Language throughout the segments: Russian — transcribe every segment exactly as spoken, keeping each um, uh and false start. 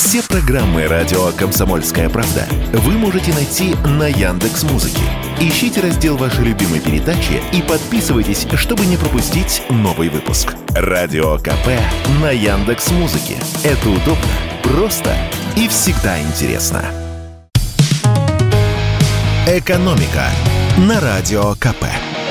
Все программы радио «Комсомольская правда» вы можете найти на Яндекс.Музыке. Ищите раздел вашей любимой передачи и подписывайтесь, чтобы не пропустить новый выпуск. Радио КП на Яндекс.Музыке. Это удобно, просто и всегда интересно. «Экономика» на Радио КП.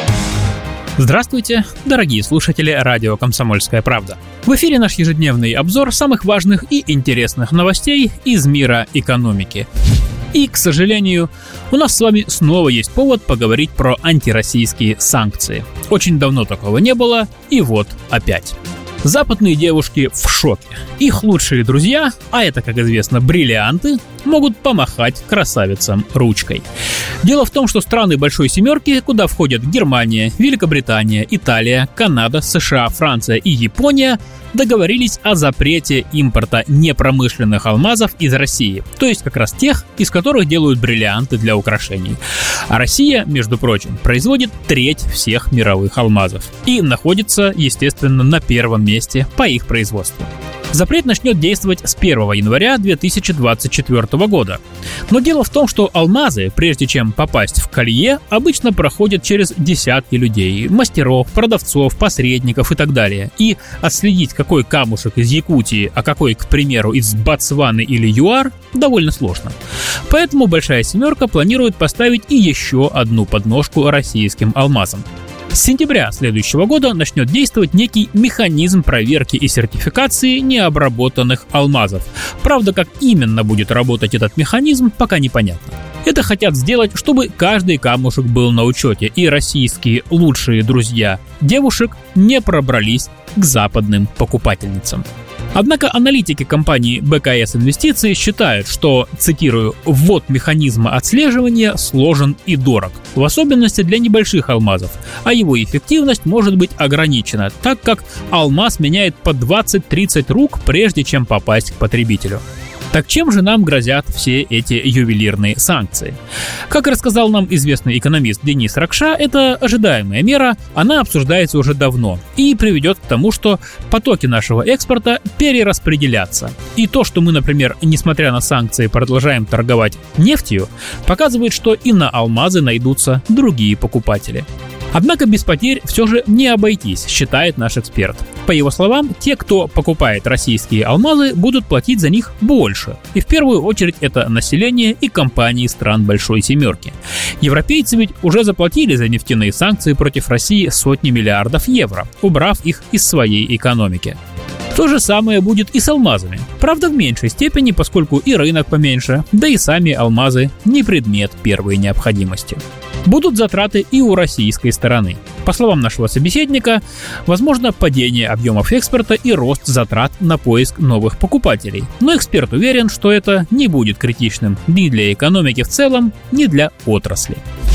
Здравствуйте, дорогие слушатели радио «Комсомольская правда». В эфире наш ежедневный обзор самых важных и интересных новостей из мира экономики. И, к сожалению, у нас с вами снова есть повод поговорить про антироссийские санкции. Очень давно такого не было, и вот опять. Западные девушки в шоке. Их лучшие друзья, а это, как известно, бриллианты, могут помахать красавицам ручкой. Дело в том, что страны Большой Семерки, куда входят Германия, Великобритания, Италия, Канада, США, Франция и Япония, договорились о запрете импорта непромышленных алмазов из России, то есть как раз тех, из которых делают бриллианты для украшений. А Россия, между прочим, производит треть всех мировых алмазов и находится, естественно, на первом месте по их производству. Запрет начнет действовать с первого января две тысячи двадцать четвёртого года. Но дело в том, что алмазы, прежде чем попасть в колье, обычно проходят через десятки людей, мастеров, продавцов, посредников и так далее. И отследить, какой камушек из Якутии, а какой, к примеру, из Ботсваны или ЮАР, довольно сложно. Поэтому Большая Семерка планирует поставить и еще одну подножку российским алмазам. С сентября следующего года начнет действовать некий механизм проверки и сертификации необработанных алмазов. Правда, как именно будет работать этот механизм, пока непонятно. Это хотят сделать, чтобы каждый камушек был на учете, и российские лучшие друзья девушек не пробрались к западным покупательницам. Однако аналитики компании БКС Инвестиции считают, что, цитирую, «ввод механизма отслеживания сложен и дорог, в особенности для небольших алмазов, а его эффективность может быть ограничена, так как алмаз меняет по двадцать-тридцать рук, прежде чем попасть к потребителю». Так чем же нам грозят все эти ювелирные санкции? Как рассказал нам известный экономист Денис Ракша, это ожидаемая мера, она обсуждается уже давно и приведет к тому, что потоки нашего экспорта перераспределятся. И то, что мы, например, несмотря на санкции, продолжаем торговать нефтью, показывает, что и на алмазы найдутся другие покупатели. Однако без потерь все же не обойтись, считает наш эксперт. По его словам, те, кто покупает российские алмазы, будут платить за них больше. И в первую очередь это население и компании стран Большой Семерки. Европейцы ведь уже заплатили за нефтяные санкции против России сотни миллиардов евро, убрав их из своей экономики. То же самое будет и с алмазами. Правда, в меньшей степени, поскольку и рынок поменьше, да и сами алмазы не предмет первой необходимости. Будут затраты и у российской стороны. По словам нашего собеседника, возможно падение объемов экспорта и рост затрат на поиск новых покупателей. Но эксперт уверен, что это не будет критичным ни для экономики в целом, ни для отрасли.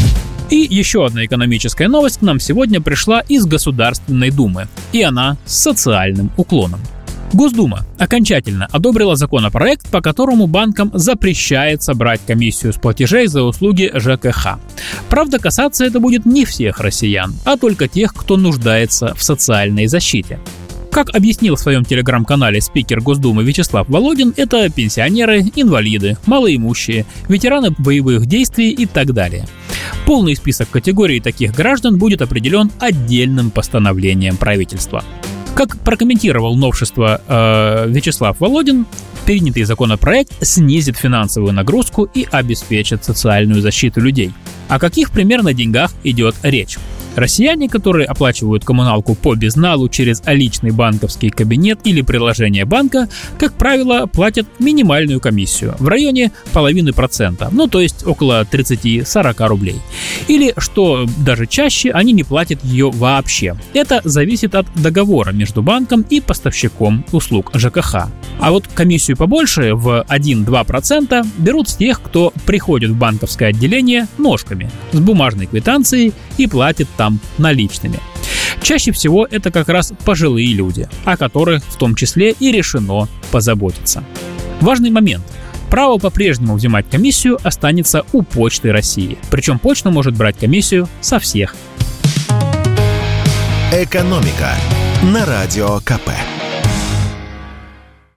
И еще одна экономическая новость к нам сегодня пришла из Государственной Думы, и она с социальным уклоном. Госдума окончательно одобрила законопроект, по которому банкам запрещается брать комиссию с платежей за услуги ЖКХ. Правда, касаться это будет не всех россиян, а только тех, кто нуждается в социальной защите. Как объяснил в своем телеграм-канале спикер Госдумы Вячеслав Володин, это пенсионеры, инвалиды, малоимущие, ветераны боевых действий и так далее. Полный список категорий таких граждан будет определен отдельным постановлением правительства. Как прокомментировал новшество э, Вячеслав Володин, принятый законопроект снизит финансовую нагрузку и обеспечит социальную защиту людей. О каких примерно деньгах идет речь? Россияне, которые оплачивают коммуналку по безналу через личный банковский кабинет или приложение банка, как правило, платят минимальную комиссию в районе половины процента, ну то есть около тридцать-сорок рублей. Или, что даже чаще, они не платят ее вообще. Это зависит от договора между банком и поставщиком услуг ЖКХ. А вот комиссию побольше, в один-два процента, берут с тех, кто приходит в банковское отделение ножками, с бумажной квитанцией и платит там наличными. Чаще всего это как раз пожилые люди, о которых в том числе и решено позаботиться. Важный момент. Право по-прежнему взимать комиссию останется у Почты России. Причем почта может брать комиссию со всех. Экономика на Радио КП.